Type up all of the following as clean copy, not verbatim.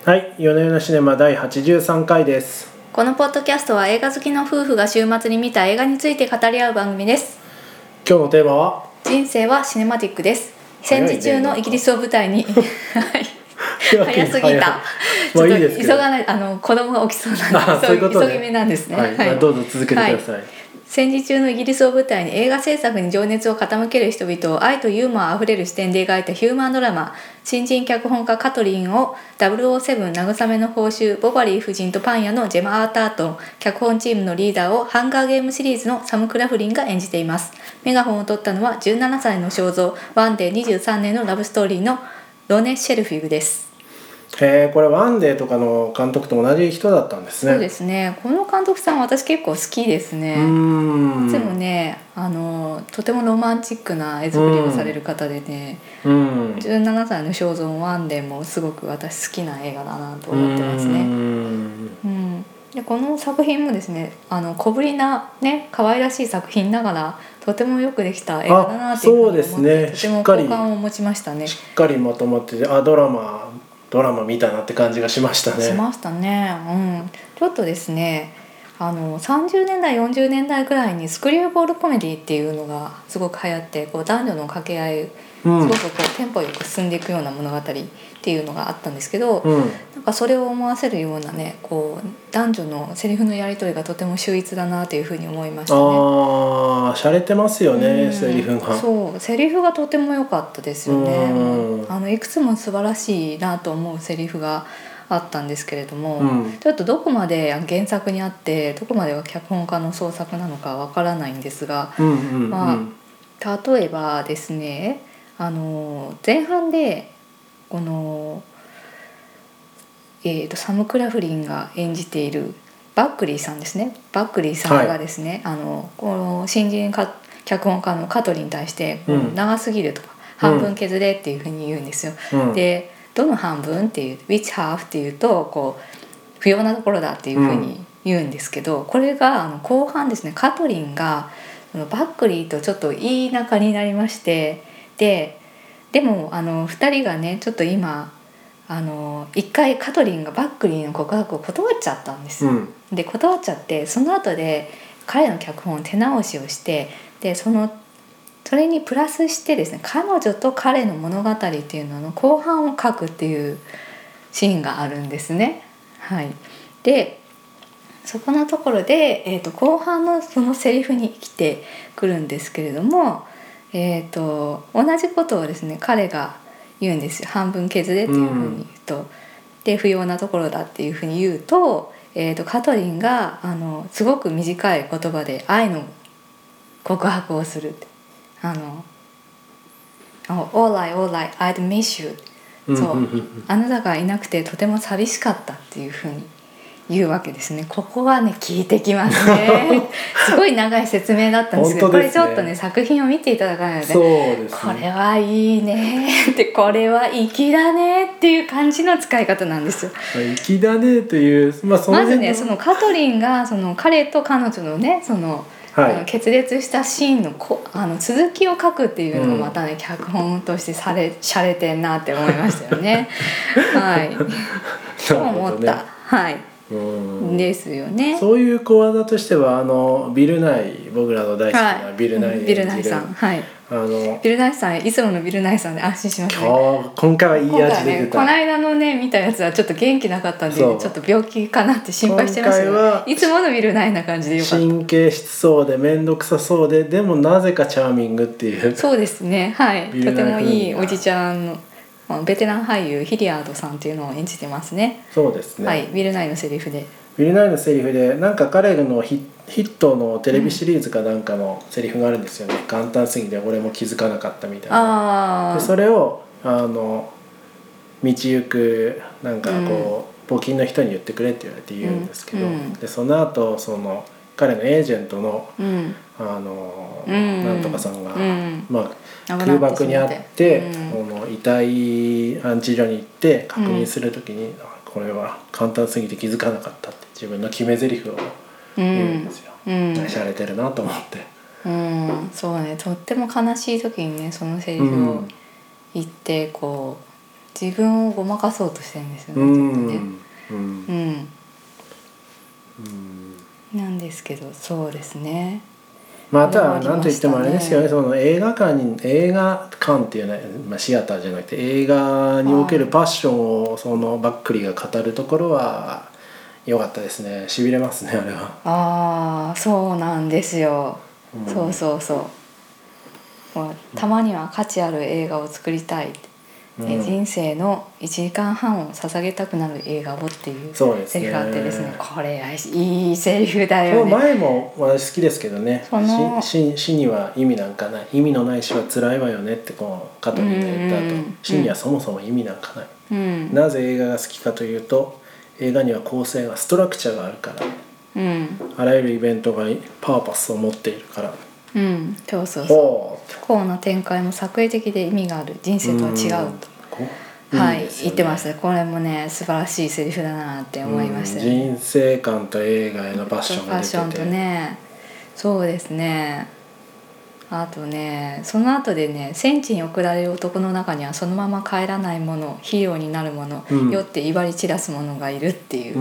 はい、夜な夜なシネマ第83回です。 このポッドキャストは映画好きの夫婦が週末に見た映画について語り合う番組です。 今日のテーマは人生はシネマティックです。戦時中のイギリスを舞台に早すぎた。ちょっと急がない、子供が起きそうなんで急ぎ目なんですね。 はい、どうぞ続けてください。はい、 戦時中のイギリスを舞台に映画制作に情熱を傾ける人々を愛とユーモアあふれる視点で描いたヒューマンドラマ。新人脚本家カトリンを007慰めの報酬ボバリー夫人とパン屋のジェマ・アータートン、脚本チームのリーダーをハンガーゲームシリーズのサム・クラフリンが演じています。メガホンを取ったのは17歳の肖像、ワンデー23年のラブストーリーのロネ・シェルフィグです。 これワンデーとかの監督と同じ人だったんですね。 そうですね。この監督さん私結構好きですね。いつもね、とてもロマンチックな絵作りをされる方でね、17歳の肖像ワンデーもすごく私好きな映画だなと思ってますね。でこの作品もですね、小ぶりなね可愛らしい作品ながらとてもよくできた映画だなというふうに思って、そうですね、とても好感を持ちましたね。 しっかりまとまってて、ドラマ見たなって感じがしましたね。 しましたね。ちょっとですね、30年代40年代ぐらいにスクリューボールコメディっていうのがすごく流行って、こう男女の掛け合い、すごくこうテンポよく進んでいくような物語っていうのがあったんですけど、なんかそれを思わせるようなね、こう男女のセリフのやり取りがとても秀逸だなというふうに思いましたね。 洒落てますよね、セリフが。 そうセリフがとても良かったですよね。いくつも素晴らしいなと思うセリフがあったんですけれども、ちょっとどこまで原作にあってどこまでが脚本家の創作なのかわからないんですが、例えばですね、前半でこの、サム・クラフリンが演じているバックリーさんですね。バックリーさんがですね、この新人脚本家のカトリンに対して、長すぎるとか、半分削れっていうふうに言うんですよ。でどの半分っていう which half っていうとこう不要なところだっていうふうに言うんですけど、これが後半ですね、カトリンがバックリーとちょっといい仲になりまして、でも2人がねちょっと今一回カトリンがバックリーの告白を断っちゃったんです、で断っちゃって、その後で彼の脚本を手直しをして、でそれにプラスしてですね、彼女と彼の物語っていうのの後半を書くっていうシーンがあるんですね。でそこのところで、後半のそのセリフに来てくるんですけれども、同じことをですね彼が言うんですよ。半分削れっていうふうに言うと、で不要なところだっていうふうに言うと、カトリンがすごく短い言葉で愛の告白をするって。All right, I'd miss you。 そう、あなたがいなくてとても寂しかったっていうふうに言うわけですね。ここはね効いてきますね。すごい長い説明だったんですけど、これちょっとね作品を見ていただかないとね、これはいいねってこれは粋だねっていう感じの使い方なんですよ。 粋だねという、まずねそのカトリンがその彼と彼女のねその決裂したシーンの続きを書くっていうのがまたね、脚本として洒落てんなって思いましたよね。そう思った。ですよね。 そういう小技としてはビル・ナイ、僕らの大好きなビル・ナイ、 ビル・ナイさん、ビル・ナイさん、いつものビル・ナイさんで安心しましたね。 今回はいい味で出た。 この間のね見たやつはちょっと元気なかったんで、ちょっと病気かなって心配してましたけど、いつものビル・ナイな感じでよかった。 神経質そうで面倒くさそうで、でもなぜかチャーミングっていう。 そうですね、とてもいいおじちゃんのベテラン俳優ヒリアードさんっていうのを演じてますね。 そうですね。 ビル・ナイのセリフで。 ビル・ナイのセリフで、なんか彼のヒットのテレビシリーズかなんかのセリフがあるんですよね。簡単すぎて俺も気づかなかったみたいな。でそれを道行くなんかこう募金の人に言ってくれって言われて言うんですけど、でその後その彼のエージェントのなんとかさんが空爆にあって遺体安置所に行って確認するときに、これは簡単すぎて気づかなかったって自分の決め台詞を言うんですよ。洒落てるなと思って。そうね、とっても悲しい時にねそのセリフを言ってこう自分をごまかそうとしてるんですよね、ちょっとね。なんですけど、そうですね。 また何と言ってもあれですよね、その映画館っていうのは、シアターじゃなくて映画におけるパッションをそのバックリーが語るところは良かったですね。しびれますね、あれは。 ああ、そうなんですよ、そうそうそう。たまには価値ある映画を作りたいって、人生の1時間半を捧げたくなる映画をっていうセリフがあってですね、これいいセリフだよね。 この前も私好きですけどね、死には意味なんかない、意味のない死は辛いわよねってカトリンが言った後、死にはそもそも意味なんかない、なぜ映画が好きかというと、映画には構成がストラクチャーがあるから、あらゆるイベントがパーパスを持っているから、 そうそうそう、こうの展開も作為的で意味がある、人生とは違うと、言ってました。これもね素晴らしいセリフだなって思いましたよね。 人生観と映画へのパッションが出てて、 パッションとね、そうですね。あとね、その後でね、戦地に送られる男の中にはそのまま帰らないもの、ヒーローになるもの、よって威張り散らすものがいるっていう、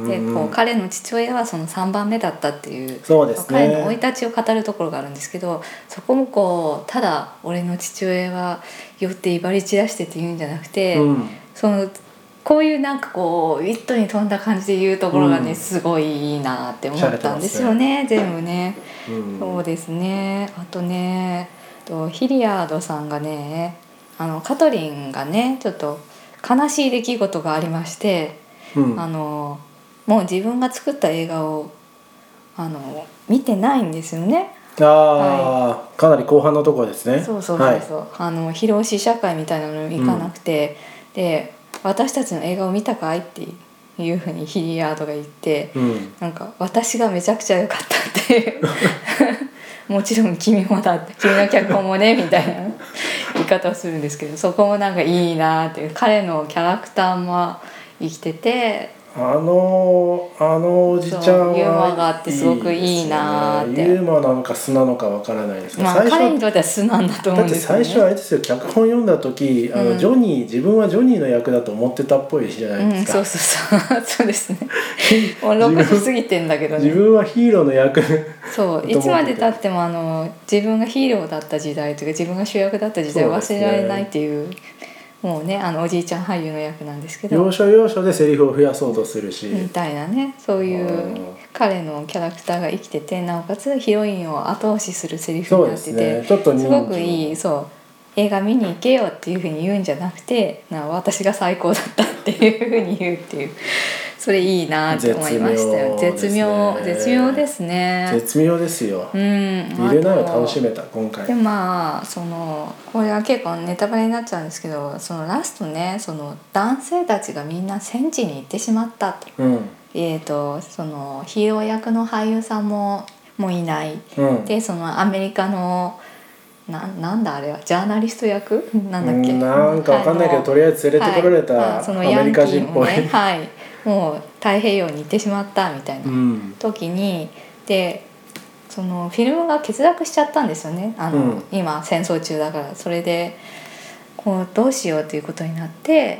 で彼の父親はその3番目だったっていう、 そうですね、 彼の生い立ちを語るところがあるんですけど、そこもただ俺の父親はよって威張り散らしてって言うんじゃなくて、こういうウィットに富んだ感じで言うところがね、すごいいいなって思ったんですよね、全部ね。そうですね。あとね、ヒリアードさんがね、カトリンがねちょっと悲しい出来事がありまして、もう自分が作った映画を見てないんですよね。 かなり後半のところですね。 そう、披露試写会みたいなのに行かなくて、で私たちの映画を見たかいっていうふうにヒリアードが言って、私がめちゃくちゃ良かったってもちろん君もだって、君の脚本もねみたいな言い方をするんですけど、そこもいいなっていう、彼のキャラクターも生きてて、 あのおじちゃんはユーモアがあってすごくいいなって。 ユーモアなのか素なのかわからないですけど、 彼にとっては素なんだと思うんですよね。 だって最初あれですよ、脚本読んだ時自分はジョニーの役だと思ってたっぽいじゃないですか。 そうですね。もう60過ぎてんだけどね。 自分はヒーローの役そういつまでたっても自分がヒーローだった時代というか、自分が主役だった時代を忘れられないっていう、もうねおじいちゃん俳優の役なんですけど、 要所要所でセリフを増やそうとするしみたいなね、そういう彼のキャラクターが生きてて、なおかつヒロインを後押しするセリフになってて、すごくいい。映画見に行けよっていうふうに言うんじゃなくて、私が最高だったっていうふうに言うっていう、それいいなって思いましたよ。絶妙ですね。 絶妙ですよ。見れないを楽しめた今回。 でこれは結構ネタバレになっちゃうんですけど、そのラストね、その男性たちがみんな戦地に行ってしまったと。そのヒーロー役の俳優さんもいない。でそのアメリカのなんだあれはジャーナリスト役なんだっけ、 なんかわかんないけど、とりあえず連れてこられたアメリカ人っぽい、 もう太平洋に行ってしまったみたいな時に、でそのフィルムが欠落しちゃったんですよね。今戦争中だから。それでどうしようということになって、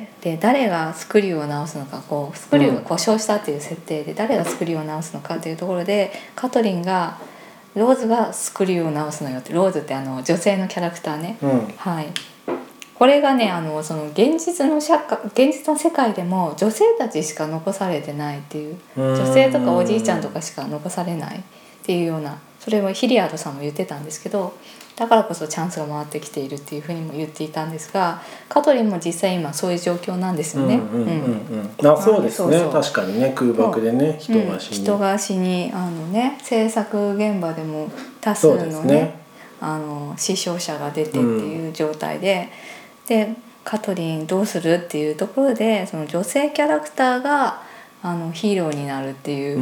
で誰がスクリューを直すのか、スクリューが故障したっていう設定で誰がスクリューを直すのかというところで、カトリンがローズがスクリューを直すのよって。ローズって女性のキャラクターね、これがねその現実の世界でも女性たちしか残されてないっていう、女性とかおじいちゃんとかしか残されないっていうような、それはヒリアードさんも言ってたんですけど、だからこそチャンスが回ってきているっていうふうにも言っていたんですが、カトリンも実際今そういう状況なんですよね。 そうですね。確かにね、空爆でね、 人が死に制作現場でも多数のね死傷者が出てっていう状態で、でカトリンどうするっていうところで、その女性キャラクターがヒーローになるっていう、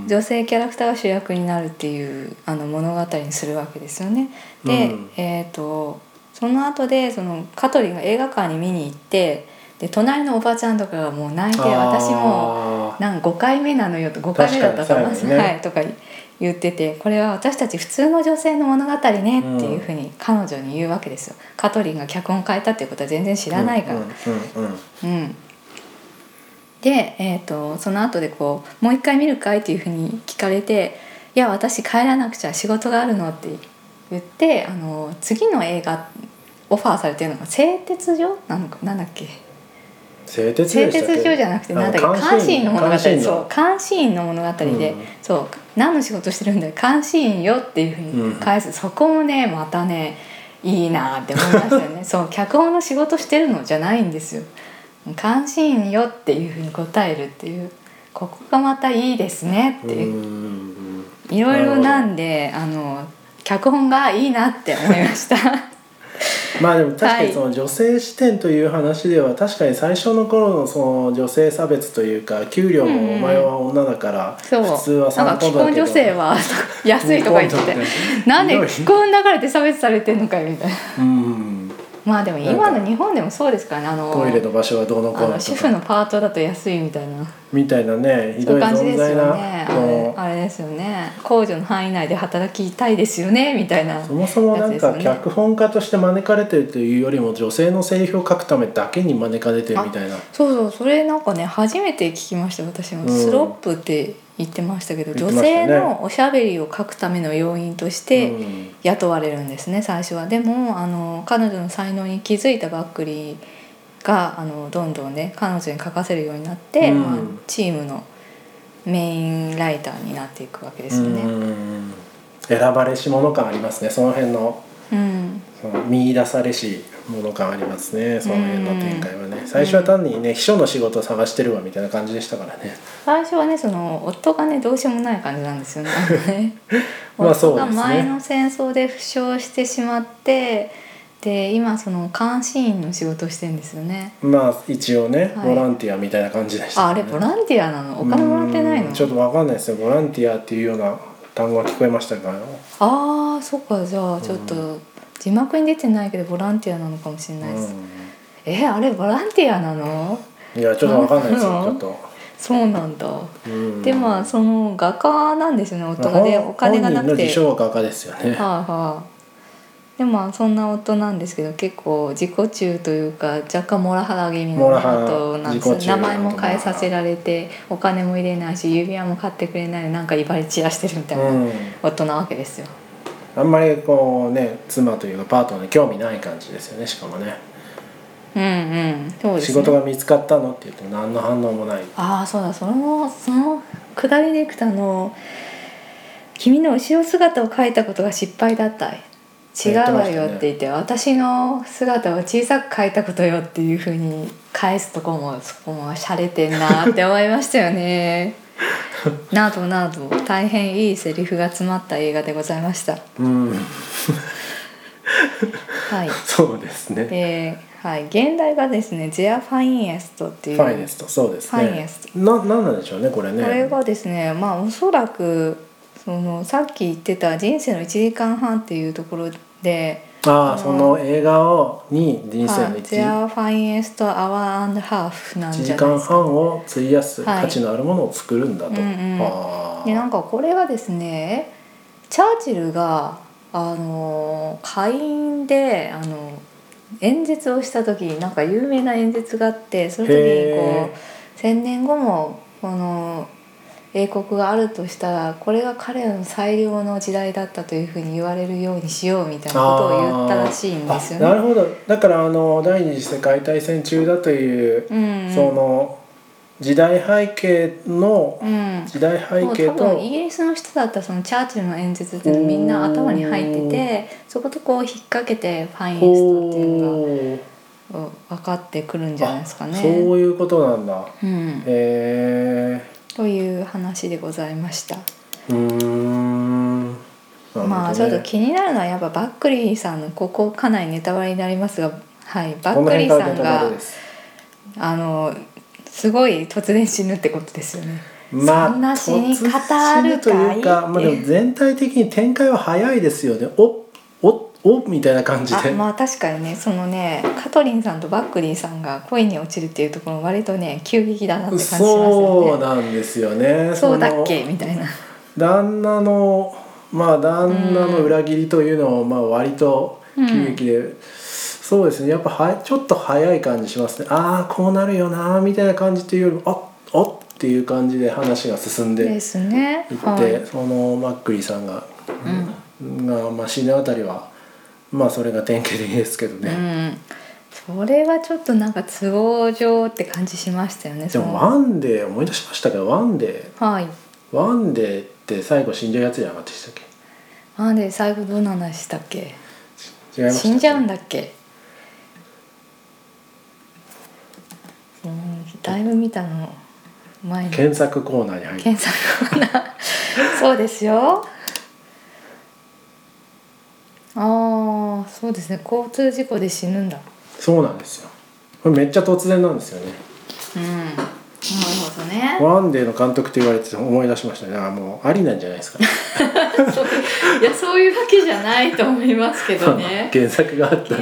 女性キャラクターが主役になるっていう物語にするわけですよね。で、その後でそのカトリンが映画館に見に行って、で隣のおばちゃんとかがもう泣いて、私も5回目なのよと、5回目だったかな、とか言ってて、これは私たち普通の女性の物語ねっていうふうに彼女に言うわけですよ。カトリンが脚本を書いたっていうことは全然知らないから。で、その後でこうもう一回見るかいっていうふうに聞かれて、いや私帰らなくちゃ仕事があるのって言って、次の映画オファーされてるのが製鉄所なんだっけ、 製鉄所じゃなくてなんだっけ、監視員の物語、そう監視員の物語で、そう何の仕事してるんだよ監視員よっていうふうに返す、そこもねまたねいいなって思いましたよね。そう脚本の仕事してるのじゃないんですよ、監視員よっていうふうに答えるっていう、ここがまたいいですねっていう、いろいろなんで脚本がいいなって思いました。 まあでも確かにその女性視点という話では確かに最初の頃のその女性差別というか、給料もお前は女だから普通は3ポンドだけど、既婚女性は安いとか言ってて、なんで既婚だからって差別されてんのかよみたいな。まあでも今の日本でもそうですからね、 トイレの場所はどうのこうのとか、 主婦のパートだと安いみたいなね、ひどい存在な、 あれですよね、控除の範囲内で働きたいですよねみたいな、 そもそもなんか脚本家として招かれてるというよりも女性のセリフを書くためだけに招かれてるみたいな。 そうそれなんかね初めて聞きました。私もスロップって言ってましたけど、女性のおしゃべりを書くための要員として雇われるんですね、最初は。でも彼女の才能に気づいたバックリーがどんどんね彼女に書かせるようになって、チームのメインライターになっていくわけですよね。 選ばれし者感ありますね、その辺の、その見出されし者感ありますね、その辺の展開はね。最初は単にね、秘書の仕事を探してるわみたいな感じでしたからね。 最初はねその夫がねどうしようもない感じなんですよね。夫が前の戦争で負傷してしまって、で今その監視員の仕事をしてるんですよね。 まあ一応ね、ボランティアみたいな感じでしたね。 あれボランティアなの？お金もらってないの？ ちょっと分かんないですよ。ボランティアっていうような単語が聞こえましたから。 ああそっか、じゃあちょっと字幕に出てないけどボランティアなのかもしれないです。あれボランティアなの？ いやちょっと分かんないですよちょっと。 そうなんだ。でその画家なんですよね、夫がね。お金がなくて。 本人の自称は画家ですよね。 でそんな夫なんですけど、結構自己中というか若干モラハラ気味の夫なんですよ。名前も変えさせられてお金も入れないし指輪も買ってくれないでなんか威張り散らしてるみたいな夫なわけですよ。 あんまりこうね妻というかパートナーに興味ない感じですよね、しかもね。そうですね、仕事が見つかったのって言っても何の反応もない。 そうだ、その下りでいくと君の後ろ姿を描いたことが失敗だった違うわよって言って、私の姿を小さく描いたことよっていう風に返すとこもそこも洒落てんなって思いましたよね。などなど大変いいセリフが詰まった映画でございました。 そうですね。 現代がですね、ゼアファインエストっていう。 ファインエスト、そうですね。なんなんでしょうね、これね。 これがですね、おそらくさっき言ってた人生の1時間半っていうところで、 その映画に人生のゼアファインエストアワーアンドハーフなんじゃないですか。 1時間半を費やす価値のあるものを作るんだと。 でなんかこれがですね、チャーチルが下院で演説をした時になんか有名な演説があって、その時に1000年後もこの英国があるとしたらこれが彼らの最良の時代だったというふうに言われるようにしようみたいなことを言ったらしいんですよね。 なるほど。だから第二次世界大戦中だという、その時代背景の、時代背景と多分イギリスの人だったらそのチャーチルの演説っていうのみんな頭に入ってて、そこと引っ掛けてファインエストっていうのが分かってくるんじゃないですかね。 そういうことなんだ。 という話でございました。 ちょっと気になるのはやっぱバックリーさんのここかなりネタバレになりますが、バックリーさんがすごい突然死ぬってことですよね。そんな死に方あるかいって。 でも全体的に展開は早いですよね。おみたいな感じで。 確かにね、カトリンさんとバックリーさんが恋に落ちるっていうところ割とね急激だなって感じしますよね。 そうなんですよね。 そうだっけみたいな。 旦那の裏切りというのを割と急激で、そうですね、やっぱちょっと早い感じしますね。ああこうなるよなみたいな感じというよりもっていう感じで話が進んでいって、 ですね、 そのマックリーさんが、死ぬあたりはそれが典型的ですけどね、 それはちょっとなんか都合上って感じしましたよね。 でもワンデー思い出しましたけど、ワンデーって最後死んじゃうやつじゃなかったでしたっけ？ ワンデー最後どうなんでしたっけ？ 違いましたっけ？ 死んじゃうんだっけ？だいぶ見たの前に検索コーナーに入る。 検索コーナーそうですよ。ああそうですね、交通事故で死ぬんだ。 そうなんですよ。これめっちゃ突然なんですよね。 なるほどね。 ワンデーの監督って言われて思い出しましたね。もうありなんじゃないですか、ね、 いやそういうわけじゃないと思いますけどね原作があったってこと。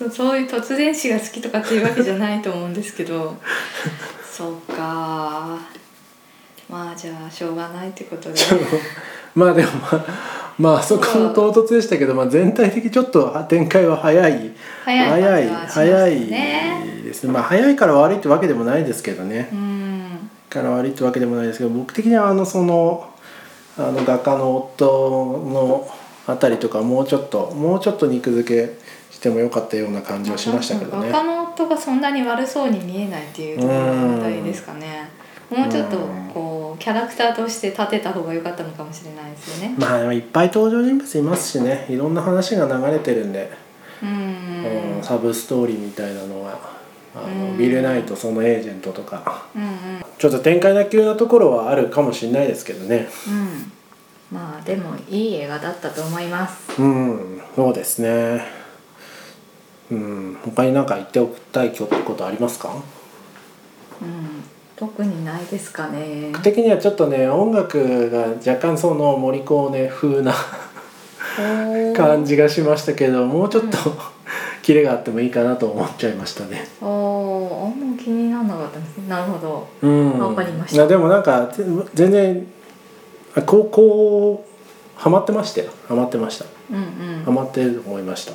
そういう突然死が好きとかっていうわけじゃないと思うんですけどそうか、じゃあしょうがないってことででもそこも唐突でしたけど、全体的にちょっと展開は早いですね。早いから悪いってわけでもないですけどね。から悪いってわけでもないですけど、僕的にはその画家の夫のあたりとかもうちょっと肉付けしてもよかったような感じはしましたけどね。 画家の夫がそんなに悪そうに見えないっていうところが問題ですかね。もうちょっとこうキャラクターとして立てた方が良かったのかもしれないですよね。 いっぱい登場人物いますしね、いろんな話が流れてるんで、サブストーリーみたいなのがビル・ナイトそのエージェントとか、ちょっと展開級なところはあるかもしれないですけどね。 でもいい映画だったと思います。 そうですね。他に何か言っておきたいことありますか？ 特にないですかね。 僕的にはちょっとね、音楽が若干そのモリコーネ風な感じがしましたけど、もうちょっとキレがあってもいいかなと思っちゃいましたね。 あんま気にならなかったですね。なるほど。わかりました。 でもなんか全然こうハマってましたよ。ハマってました。ハマってると思いました。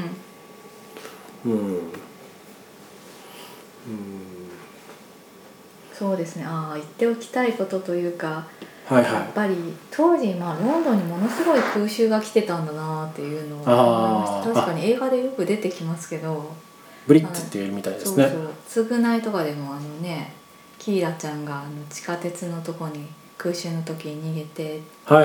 そうですね。言っておきたいことというか、やっぱり当時ロンドンにものすごい空襲が来てたんだなっていうのを思いました。確かに映画でよく出てきますけど、 ブリッツっていうみたいですね。 償いとかでもキーラちゃんが地下鉄のとこに空襲の時に逃げて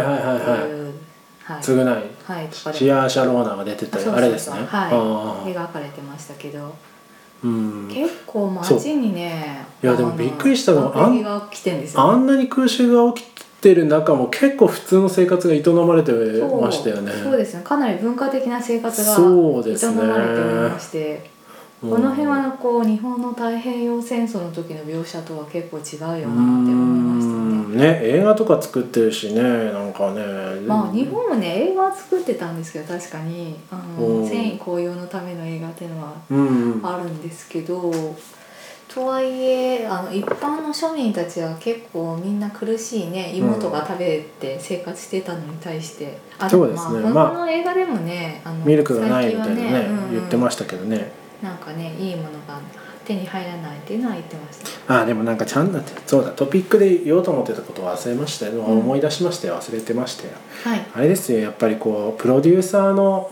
償い、シアーシャローナが出てたあれですね。 描かれてましたけど、結構街にね、 いやでもびっくりしたのはあんなに空襲が起きてる中も結構普通の生活が営まれてましたよね。 そうですね、かなり文化的な生活が営まれておりまして、この辺は日本の太平洋戦争の時の描写とは結構違うよなって思いましたね。 映画とか作ってるしね、なんかね。 日本もね映画は作ってたんですけど、確かに戦意高揚のための映画っていうのはあるんですけど、とはいえ一般の庶民たちは結構みんな苦しいね、妹が食べて生活してたのに対して、 そうですね。 この映画でもねミルクがないみたいなね、言ってましたけどね。 なんかね、いいものが手に入らないっていうのは言ってました。 でもなんかちゃんとそうだ、トピックで言おうと思ってたことを忘れましたよ、思い出しましたよ、忘れてましたよ。あれですよ、やっぱりプロデューサー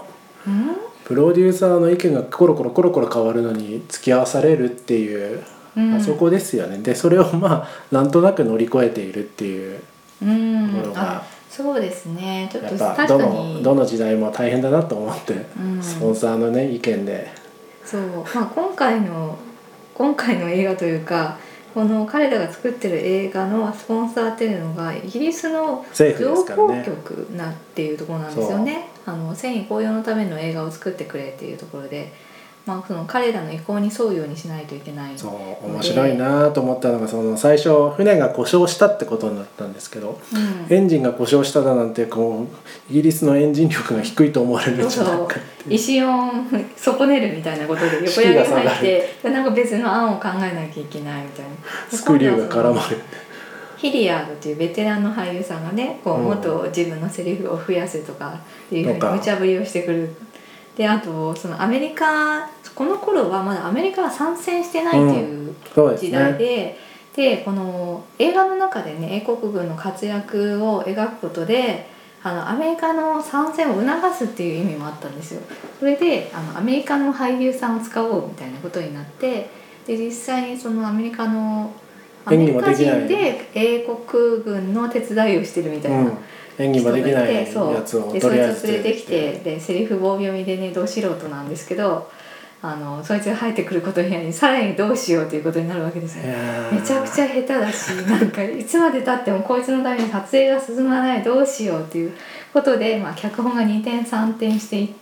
の意見がコロコロ変わるのに付き合わされるっていう、あそこですよね。でそれをなんとなく乗り越えているっていうところが、 そうですね、ちょっとやっぱどの時代も大変だなと思って、スポンサーのね意見で、 今回の映画というか、この彼らが作ってる映画のスポンサーっていうのがイギリスの情報局っていうところなんですよね。戦意高揚のための映画を作ってくれっていうところで、その彼らの意向に沿うようにしないといけないので、 そう面白いなと思ったのが、最初船が故障したってことになったんですけど、エンジンが故障しただなんてイギリスのエンジン力が低いと思われるんじゃないかっていう、 石を損ねるみたいなことで横やり入って、なんか別の案を考えなきゃいけないみたいな、 スクリューが絡まる、 ヒリアードというベテランの俳優さんがねこうもっと自分のセリフを増やせとかっていうふうに無茶ぶりをしてくる。であとそのアメリカこの頃はまだアメリカは参戦してないっていう時代で、でこの映画の中でね英国軍の活躍を描くことでアメリカの参戦を促すっていう意味もあったんですよ。それでアメリカの俳優さんを使おうみたいなことになって、で実際にそのアメリカ人で英国軍の手伝いをしてるみたいな、 演技もできないやつをとりあえず連れてきて、でセリフ棒読みでねど素人なんですけどそいつが入ってくることになりさらにどうしようということになるわけですね。めちゃくちゃ下手だしなんかいつまでたってもこいつのために撮影が進まないどうしようということで、脚本が2点3点していって、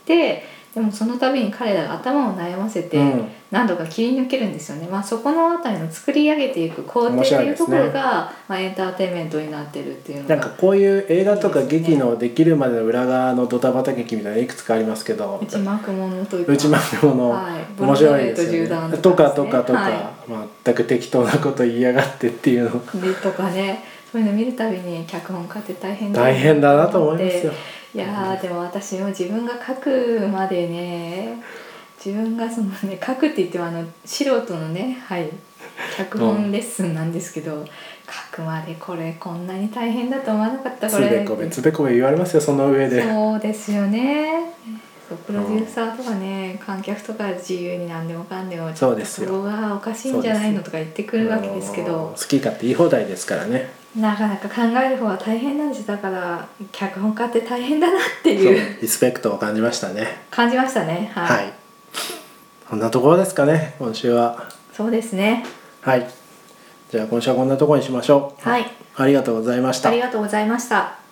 でもその度に彼らが頭を悩ませて何度か切り抜けるんですよね。そこのあたりの作り上げていく工程っていうところが、エンターテインメントになってるっていうのが、 なんかこういう映画とか劇のできるまでの裏側のドタバタ劇みたいないくつかありますけど、 内幕物というか内幕物、面白いですよね。とか、全く適当なこと言いやがってっていうのでとかね、そういうの見るたびに脚本家って大変だなと思いますよ。 いやでも私も自分が書くまでね、自分がそのね書くって言っても素人のね、脚本レッスンなんですけど、書くまでこんなに大変だと思わなかった。これつべこべ言われますよ、その上で。 そうですよね。プロデューサーとかね、観客とか自由に何でもかんでもちょっとそこがおかしいんじゃないのとか言ってくるわけですけど、 好き勝手言い放題ですからね。 なかなか考える方は大変なんです。だから脚本家って大変だなっていうリスペクトを感じましたね。 感じましたね。はい。 こんなところですかね、今週は。 そうですね。 はい。じゃあ今週はこんなところにしましょう。 はい。 ありがとうございました。 ありがとうございました。